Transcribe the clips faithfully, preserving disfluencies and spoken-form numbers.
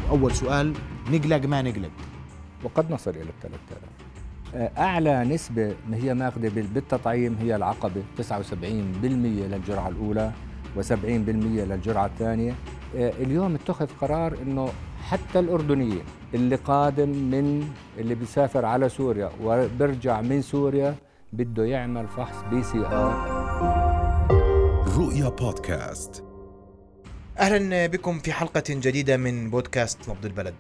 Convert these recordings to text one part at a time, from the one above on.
أول سؤال، نقلق ما نقلق؟ وقد نصل إلى الثلاثة آلاف. أعلى نسبة هي ماخذة بالتطعيم هي العقبة، تسعة وسبعين بالمئة للجرعة الأولى وسبعين بالمئة للجرعة الثانية. اليوم اتخذ قرار إنه حتى الأردنيين اللي قادم من اللي بيسافر على سوريا وبرجع من سوريا بده يعمل فحص بي سي آر. رؤيا بودكاست. أهلا بكم في حلقة جديدة من بودكاست نبض البلد.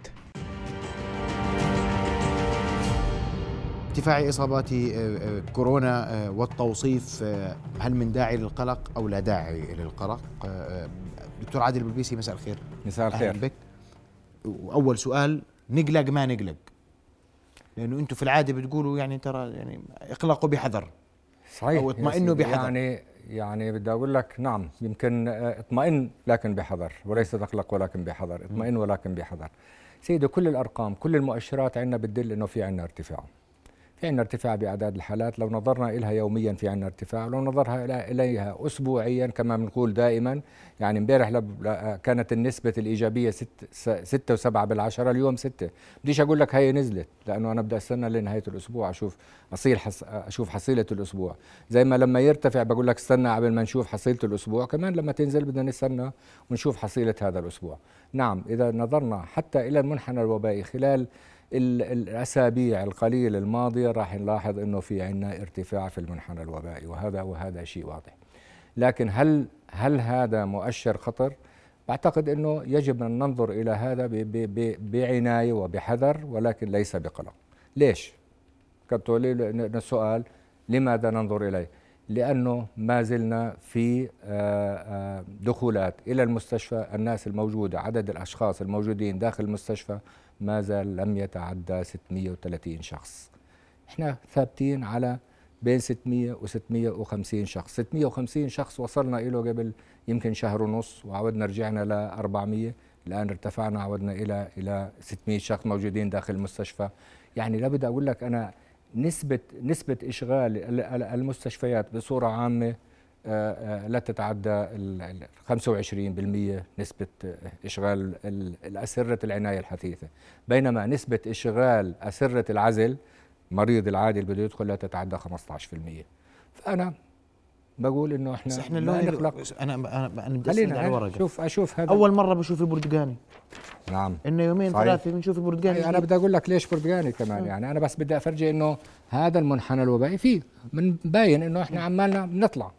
ارتفاع إصابات كورونا والتوصيف، هل من داعي للقلق أو لا داعي للقلق؟ دكتور عادل بلبيسي، مساء الخير. مساء الخير بك. وأول سؤال، نقلق ما نقلق؟ لأنه أنتم في العادة بتقولوا يعني ترى يعني اقلقوا بحذر. صحيح، أو اطمئنوا بحذر. يعني يعني بدي أقول لك نعم، يمكن اطمئن لكن بحذر، وليس تقلق ولكن بحذر، اطمئن ولكن بحذر. سيدي، كل الأرقام كل المؤشرات عندنا بتدل إنه في عندنا ارتفاع. في عندنا ارتفاع بأعداد الحالات، لو نظرنا إليها يوميا في عندنا ارتفاع، ولو نظرها إليها أسبوعيا كما بنقول دائما. يعني امبارح كانت النسبة الإيجابية ستة ستة وسبعة بالعشرة، اليوم ستة. بديش أقول لك هي نزلت، لأنه أنا بدي أستنى لنهاية الأسبوع أشوف أصيل حص أشوف حصيلة الأسبوع. زي ما لما يرتفع بقول لك استنى قبل ما نشوف حصيلة الأسبوع، كمان لما تنزل بدنا نستنى ونشوف حصيلة هذا الأسبوع. نعم، إذا نظرنا حتى إلى المنحنى الوبائي خلال الأسابيع القليلة الماضية راح نلاحظ إنه في عنا ارتفاع في المنحنى الوبائي، وهذا وهذا شيء واضح. لكن هل هل هذا مؤشر خطر؟ بعتقد إنه يجب أن ننظر إلى هذا بعناية وبحذر، ولكن ليس بقلق. ليش؟ كنت لي السؤال لماذا ننظر إليه؟ لأنه ما زلنا في دخولات إلى المستشفى، الناس الموجودة، عدد الأشخاص الموجودين داخل المستشفى ما زال لم يتعدى ستمئة وثلاثين شخص. احنا ثابتين على بين ستمئة وستمئة وخمسين شخص. ستمئة وخمسين شخص وصلنا إله قبل يمكن شهر ونص، وعودنا رجعنا ل أربعمئة، الآن ارتفعنا عودنا إلى إلى ستمئة شخص موجودين داخل المستشفى. يعني لا بدي أقول لك أنا نسبة نسبة إشغال المستشفيات بصورة عامة لا تتعدى ال خمسة وعشرين بالمئة نسبة إشغال الأسرة العناية الحثيثة، بينما نسبة إشغال أسرة العزل مريض العادي اللي بده يدخل لا تتعدى خمسة عشر بالمئة. فأنا بقول إنه إحنا إحنا لا نقلق. أنا أنا أنا بدي خلينا أشوف أشوف هذا أول مرة بشوف البرتقاني. نعم، إنه يومين ثلاثة بنشوف البرتقاني. أنا بدي أقول لك ليش برتقاني كمان. يعني أنا بس بدي أفرجي إنه هذا المنحنى الوبائي فيه من باين إنه إحنا عمالنا بنطلع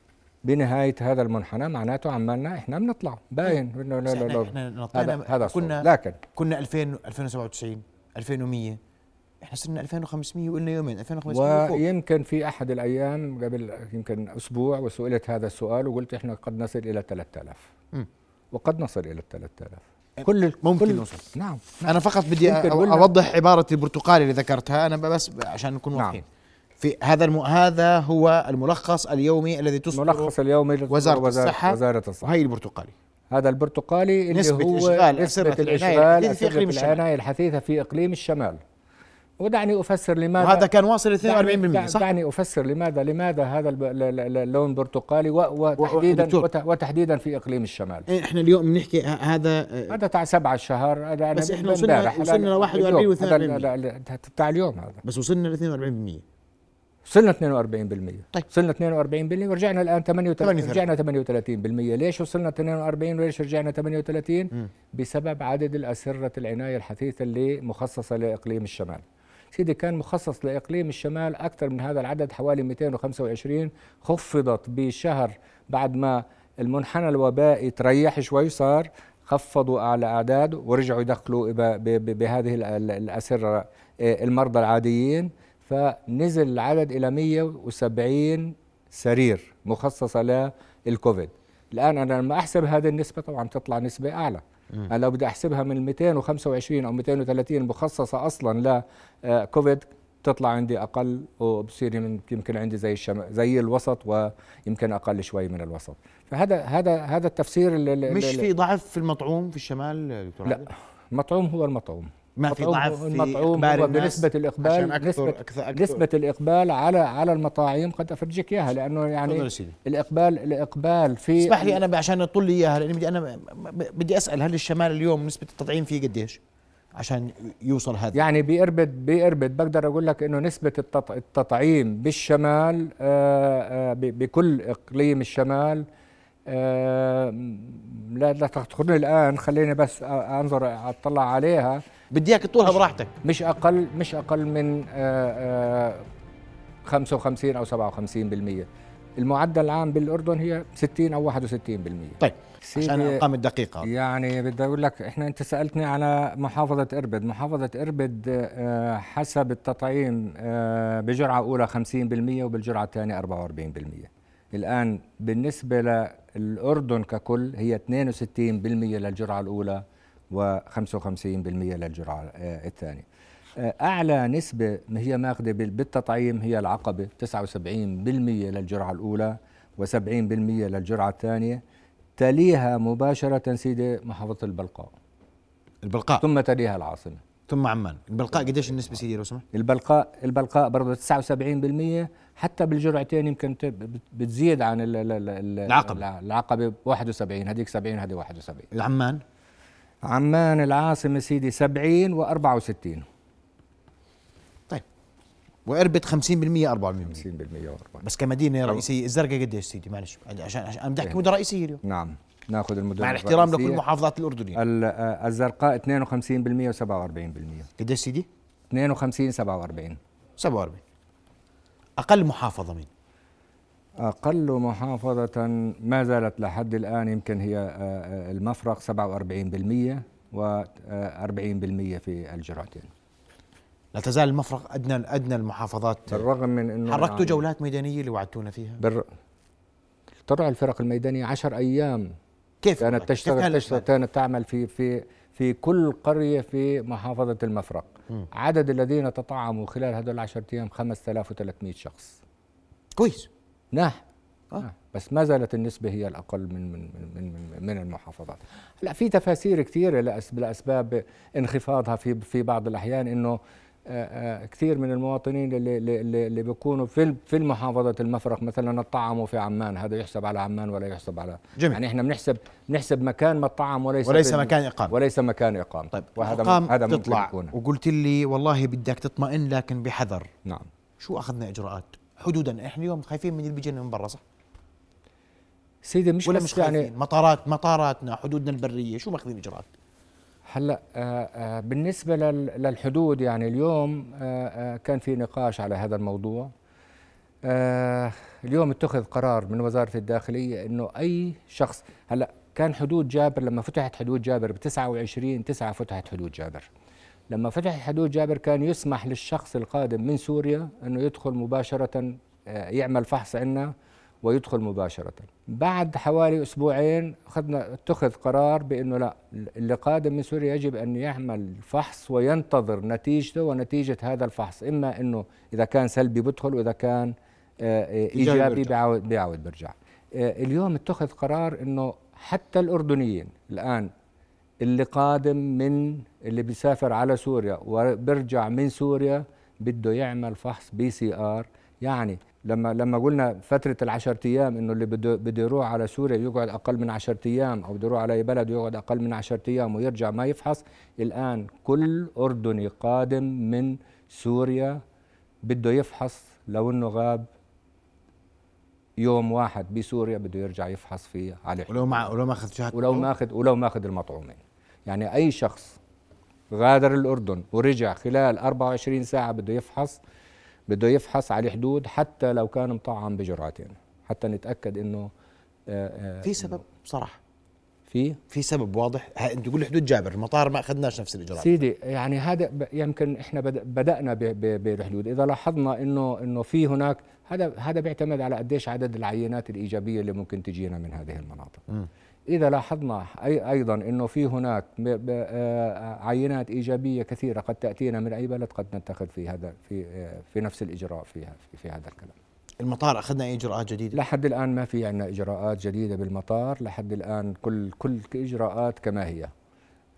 بنهاية هذا المنحنى، معناته عمالنا إحنا بنطلع باين إنه لا لا لا هذا هذا كنا لكن كنا ألفين ألفين وسبعة وتسعين ألفين ومئة، إحنا صرنا ألفين وخمسمئة وقلنا يومين ألفين وخمسمئة. ويمكن في أحد الأيام قبل يمكن أسبوع وسئلت هذا السؤال وقلت إحنا قد نصل إلى ثلاثة آلاف، وقد نصل إلى ثلاثة آلاف. كل ممكن كل نوصل. نعم. أنا فقط بدي أوضح عبارة البرتقالي اللي ذكرتها أنا بس عشان نكون واضحين. نعم. في هذا الم... هذا هو الملخص اليومي الذي تصدره الملخص اليومي وزارة, وزارة الصحة. وزارة الصحة. وهي البرتقالي. هذا البرتقالي اللي نسبة هو إشغال نسبة الإشغال في إقليم العناية الحثيثة في إقليم الشمال. ودعني أفسر لماذا. وهذا كان واصل اثنين وأربعين بالمئة صح؟ دعني أفسر لماذا لماذا هذا اللون برتقالي وتحديدا وتحديدا في إقليم الشمال. إحنا اليوم بنحكي هذا هذا تاع سبعة شهر. هذا بس إحنا وصلنا وصلنا ل واحد وأربعين واثنين وأربعين بتاع اليوم هذا. بس وصلنا ل اثنين وأربعين بالمئة. وصلنا اثنين وأربعين بالمئة. طيب. وصلنا اثنين وأربعين بالمئة ورجعنا الآن ثمانية وثلاثين، رجعنا ثمانية وثلاثين بالمئة. ليش وصلنا اثنين وأربعين وليش رجعنا ثمانية وثلاثين؟ م. بسبب عدد الأسرة العناية الحثيثة اللي مخصصة لإقليم الشمال. سيدي، كان مخصص لإقليم الشمال أكثر من هذا العدد، حوالي مئتين وخمسة وعشرين. خفضت بشهر بعد ما المنحنى الوبائي تريح شوي، صار خفضوا أعلى أعداد ورجعوا يدخلوا بهذه الأسرة المرضى العاديين، فنزل العدد إلى مئة وسبعين سرير مخصصة للكوفيد. الآن أنا لما أحسب هذه النسبة طبعا تطلع نسبة أعلى. م. أنا لو بدي أحسبها من مئتين وخمسة وعشرين أو مئتين وثلاثين مخصصة أصلا لكوفيد تطلع عندي أقل، وبصير يمكن عندي زي الشم... زي الوسط ويمكن أقل شوي من الوسط. فهذا هذا هذا التفسير. مش في ضعف في المطعوم في الشمال دكتور؟ لا، المطعوم هو المطعوم. ما في ضعف في المطعوم إقبال هو الناس بنسبة الإقبال أكثر نسبة, أكثر أكثر نسبة الإقبال على على المطاعم قد أفرجيك إياها، لأنه يعني الإقبال الإقبال في اسمح لي أنا عشان أطل لي إياها، لأني بدي أنا بدي أسأل هل الشمال اليوم نسبة التطعيم فيه قديش عشان يوصل هذا؟ يعني بإربد بإربد بقدر أقول لك إنه نسبة التطعيم بالشمال آآ آآ بكل إقليم الشمال لا لا تدخلني الآن، خليني بس أنظر أطلع عليها، بدي إياك تطولها براحتك. مش أقل مش أقل من خمسة وخمسين أو سبعة وخمسين بالمئة. المعدل العام بالأردن هي ستين أو واحد وستين بالمئة. طيب عشان الأرقام الدقيقة يعني بدي أقول لك إحنا أنت سألتني على محافظة إربد. محافظة إربد حسب التطعيم بجرعة أولى خمسين بالمئة وبالجرعة الثانية أربعة وأربعين بالمئة. الآن بالنسبة للأردن ككل هي اثنين وستين بالمئة للجرعة الأولى وخمسة وخمسين بالمئة للجرعة الثانية. أعلى نسبة هي ماخذة بالتطعيم هي العقبة تسعة وسبعين بالمئة للجرعة الأولى وسبعين بالمئة للجرعة الثانية، تليها مباشرة سيدي محافظة البلقاء البلقاء ثم تليها العاصمة ثم عمان. البلقاء قديش النسبة سيدي لو سمحت؟ البلقاء البلقاء برضه تسعة وسبعين بالمئة، حتى بالجرعتين يمكن بتزيد عن العقبة العقبة واحد وسبعين، هذيك سبعين هذه واحد وسبعين. العمان عمان العاصمة سيدي سبعين وأربعة وستين. طيب وإربد خمسين بالمئة أربعة بالمئة. خمسين بالمئة وأربعة. بس كمدينة رئيسية الزرقاء قديش سيدي؟ معلش عشان عشان أنا بدي أحكي مدن رئيسية اليوم. نعم ناخذ المدن مع الاحترام لكل محافظات الأردن. الزرقاء اثنين وخمسين بالمئة وسبعة وأربعين بالمئة. قديش سيدي؟ اثنين وخمسين سبعة وأربعين. سبعة وأربعين. أقل محافظة مين؟ أقل محافظة ما زالت لحد الآن يمكن هي المفرق سبعة وأربعين بالمئة وأربعين بالمئة في الجرعتين. لا تزال المفرق أدنى أدنى المحافظات بالرغم من أنه حركتوا يعني جولات ميدانية اللي وعدتونا فيها. بر... طلع الفرق الميدانية عشر أيام كيف كانت تشتغل تشتغل كانت تعمل في في في كل قرية في محافظة المفرق. م. عدد الذين تطعموا خلال هذول العشرة أيام خمسة آلاف وثلاثمئة شخص. كويس. نعم. آه. بس ما زالت النسبة هي الأقل من من من من, من المحافظات. لا في تفاسير كثيرة لأسباب انخفاضها في في بعض الأحيان، إنه كثير من المواطنين اللي اللي, اللي بيكونوا في في المحافظة المفرق مثلا طعموا في عمان، هذا يحسب على عمان ولا يحسب على جميل. يعني احنا بنحسب بنحسب مكان مطعم وليس وليس مكان إقامة وليس مكان إقامة. طيب وهذا هذا تطلع وقلت لي والله بدك تطمئن لكن بحذر. نعم. شو أخذنا إجراءات حدودا؟ احنا اليوم خايفين من اللي بيجينا من برا، صح سيدي؟ مش ولا بس مش يعني مطارات مطاراتنا حدودنا البرية شو ماخذين إجراءات؟ هلا آآ آآ بالنسبة للحدود يعني اليوم آآ كان في نقاش على هذا الموضوع. اليوم اتخذ قرار من وزارة الداخلية إنه أي شخص، هلا كان حدود جابر لما فتحت حدود جابر ب تسعة وعشرين تسعة فتحت حدود جابر. لما فتحت حدود جابر كان يسمح للشخص القادم من سوريا إنه يدخل مباشرة يعمل فحص عندنا ويدخل مباشرة. بعد حوالي أسبوعين أخذنا اتخذ قرار بأنه لا، اللي قادم من سوريا يجب أن يعمل فحص وينتظر نتيجته، ونتيجة هذا الفحص إما أنه إذا كان سلبي بدخل وإذا كان إيجابي بيعود بيعود برجع. اليوم اتخذ قرار أنه حتى الأردنيين الآن اللي قادم من اللي بيسافر على سوريا وبرجع من سوريا بده يعمل فحص بي سي آر. يعني لما لما قلنا فترة العشرة أيام إنه اللي بده بده يروح على سوريا يقعد أقل من عشرة أيام، أو بده يروح على أي بلد ويقعد أقل من عشرة أيام ويرجع ما يفحص. الآن كل أردني قادم من سوريا بده يفحص، لو إنه غاب يوم واحد بسوريا بده يرجع يفحص فيه عليه، ولو مع ولو ما أخذ شهادة ولو ما أخذ ولو ما أخذ المطعومين. يعني أي شخص غادر الأردن ورجع خلال أربعة وعشرين ساعة بده يفحص بده يفحص على حدود، حتى لو كان مطعم بجرعتين، حتى نتأكد إنه في سبب بصراحة. في في سبب واضح. انت تقول حدود جابر المطار ما اخذناش نفس الاجراءات سيدي. يعني هذا يمكن احنا بدأنا بالحدود. اذا لاحظنا انه انه في هناك هذا هذا بيعتمد على قديش عدد العينات الايجابيه اللي ممكن تجينا من هذه المناطق. م. اذا لاحظنا أي ايضا انه في هناك عينات ايجابيه كثيره قد تاتينا من اي بلد، قد نتخذ في هذا في في نفس الاجراء في في, في هذا الكلام. المطار أخذنا أي إجراءات جديدة؟ لحد الآن ما في عندنا إجراءات جديدة بالمطار. لحد الآن كل كل إجراءات كما هي.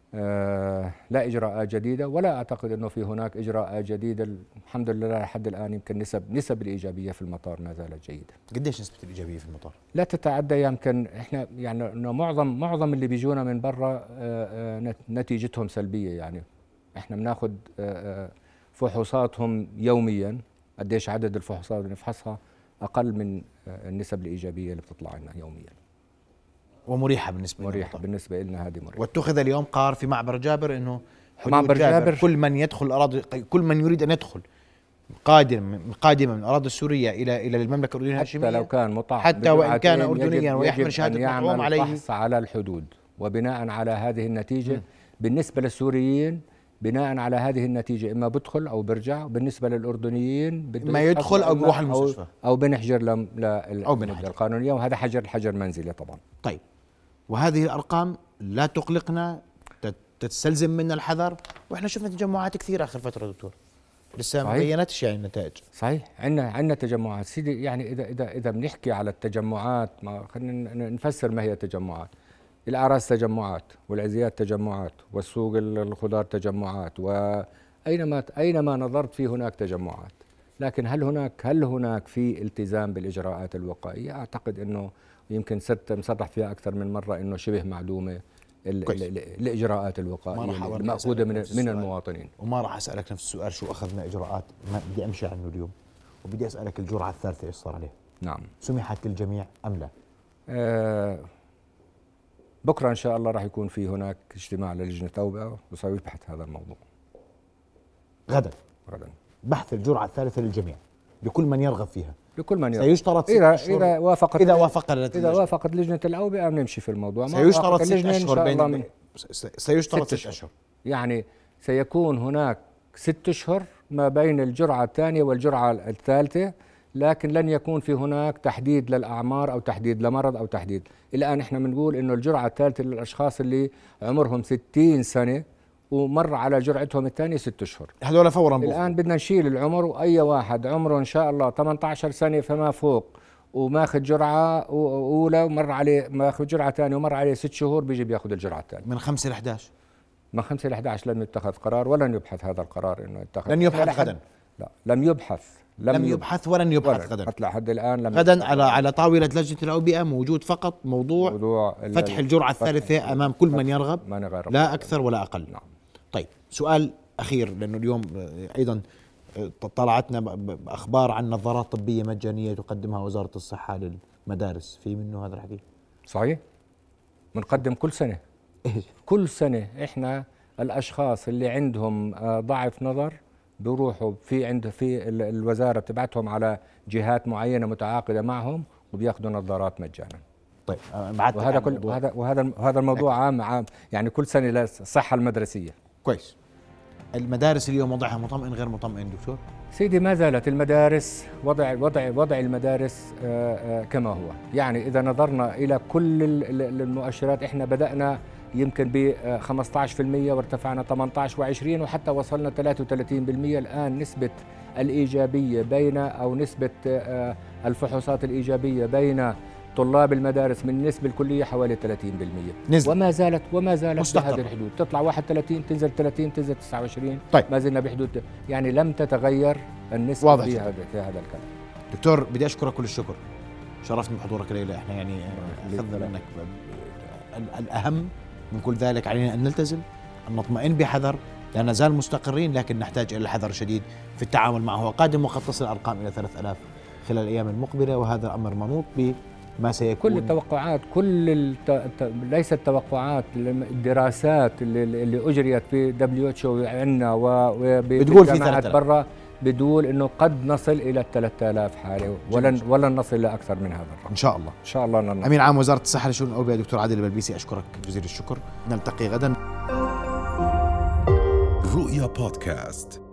آه لا إجراءات جديدة، ولا أعتقد أنه في هناك إجراءات جديدة. الحمد لله لحد الآن يمكن نسب نسب الإيجابية في المطار ما زالت جيدة. قديش نسبة الإيجابية في المطار؟ لا تتعدى، يمكن إحنا يعني إنه معظم معظم اللي بيجونا من برا آه نتيجتهم سلبية. يعني إحنا بناخذ آه فحوصاتهم يوميا، قديش عدد الفحوصات اللي نفحصها أقل من آه النسب الإيجابية اللي بتطلع لنا يوميا. ومريحة بالنسبة لنا. مريحة بالنسبة لنا، هذه مريحة. واتخذ اليوم قرار في معبر جابر انه معبر جابر, جابر كل من يدخل الاراضي، كل من يريد ان يدخل قادم قادما من الاراضي السورية الى الى المملكة الأردنية الهاشمية، حتى لو كان مطاع، حتى وان كان أردنيا ويحمل شهادة مطعوم عليه فحص على الحدود. وبناء على هذه النتيجة م. بالنسبة للسوريين بناء على هذه النتيجة إما بدخل أو برجع، وبالنسبة للأردنيين ما يدخل أو بيروح المستشفى أو, أو بنحجر للمدة القانونية، وهذا حجر حجر منزلي طبعا. طيب، وهذه الأرقام لا تقلقنا، تستلزم منا الحذر، وإحنا شفنا تجمعات كثيرة آخر فترة دكتور لسه ما بينتش يعني النتائج. صحيح، عندنا عندنا تجمعات سيدي. يعني إذا إذا إذا بنحكي على التجمعات، ما خلينا نفسر ما هي التجمعات. الأعراس تجمعات، والعزيات تجمعات، والسوق الخضار تجمعات، وأينما أينما نظرت في هناك تجمعات. لكن هل هناك هل هناك في التزام بالإجراءات الوقائية؟ أعتقد إنه يمكن صرت مصرح فيها أكثر من مرة إنه شبه معدومة الإجراءات الوقائية المأخوذة من من المواطنين. وما راح أسألك نفس السؤال شو أخذنا إجراءات، ما بدي أمشي عنه اليوم، وبدي أسألك الجرعة الثالثة إيش صار عليه؟ نعم. سمحت للجميع أم لا؟ آه بكرة إن شاء الله راح يكون في هناك اجتماع للجنة توبة وسيبحث هذا الموضوع. غدا غدا بحث الجرعة الثالثة للجميع لكل من يرغب فيها. لكل من يرغب. سيشترط إذا إذا وافقت إذا وافق إذا وافقت لجنة الأوبئة بنمشي في الموضوع. سيشترط ست أشهر بين سيشترط ست أشهر. يعني سيكون هناك ست أشهر ما بين الجرعة الثانية والجرعة الثالثة، لكن لن يكون في هناك تحديد للأعمار أو تحديد لمرض أو تحديد. الآن إحنا بنقول إنه الجرعة الثالثة للأشخاص اللي عمرهم ستين سنة ومر على جرعتهم الثانية ست أشهر، هذول فورا. الآن بدنا نشيل العمر، وأي واحد عمره إن شاء الله ثمانية عشر سنة فما فوق وماخذ جرعة أولى ومر عليه ماخذ جرعة ثانية ومر عليه ست شهور بيجي بياخذ الجرعة الثانية. من خمسة لإحدى عشر من خمسة لإحدى عشر لم يتخذ قرار، ولن يبحث هذا القرار إنه يتخذ. لن يبحث غدا. لا لم يبحث لم, لم يبحث ولن يبحث غدا. حتى لحد الآن لم غدا على على طاولة لجنة الأوبئة موجود فقط موضوع, موضوع فتح الجرعة الثالثة أمام كل من يرغب، لا أكثر ولا أقل. نعم. طيب، سؤال أخير، لأنه اليوم أيضا طلعتنا بأخبار عن نظارات طبية مجانية تقدمها وزارة الصحة للمدارس، في منه هذا الحكي؟ صحيح، بنقدم كل سنة. كل سنة إحنا الأشخاص اللي عندهم ضعف نظر بيروحوا في عند في الوزارة بتبعتهم على جهات معينة متعاقدة معهم وبياخذوا نظارات مجانا. طيب، وهذا كل وهذا وهذا هذا الموضوع عام عام يعني كل سنة للصحة المدرسية. كويس. المدارس اليوم وضعها مطمئن غير مطمئن دكتور؟ سيدي ما زالت المدارس وضع وضع وضع المدارس كما هو. يعني إذا نظرنا إلى كل المؤشرات، إحنا بدأنا يمكن ب خمسة عشر بالمئة وارتفعنا ثمانية عشر وعشرين وحتى وصلنا ثلاثة وثلاثين بالمئة. الآن نسبة الإيجابية بين أو نسبة الفحوصات الإيجابية بين طلاب المدارس من النسبة الكلية حوالي ثلاثين بالمئة. نزل. وما زالت وما زالت بهذه الحدود، تطلع واحد وثلاثين تنزل ثلاثين تنزل تسعة وعشرين. طيب. ما زلنا بحدود، يعني لم تتغير النسبة واضح في هذا في هذا الكلام. دكتور بدي أشكرك كل الشكر، شرفني بحضورك الليلة. احنا يعني أخذنا منك الأهم من كل ذلك، علينا أن نلتزم، أن نطمئن بحذر، لا نزال مستقرين، لكن نحتاج إلى الحذر الشديد في التعامل معه. قادم وقد تصل الأرقام إلى ثلاثة آلاف خلال الأيام المقبلة، وهذا أمر منوط بما سيكون. كل التوقعات، كل الت... ليس التوقعات، الدراسات اللي, اللي أجريت في دبليو اتش او عندنا وبالجامعات برا بتقول إنه قد نصل إلى ثلاثة آلاف حالة، ولن ولن نصل لأكثر من هذا الرقم إن شاء الله. إن شاء الله نصل. أمين عام وزارة الصحة لشؤون الأوبئة دكتور عادل البلبيسي، أشكرك جزيل الشكر. نلتقي غدا. رؤيا بودكاست.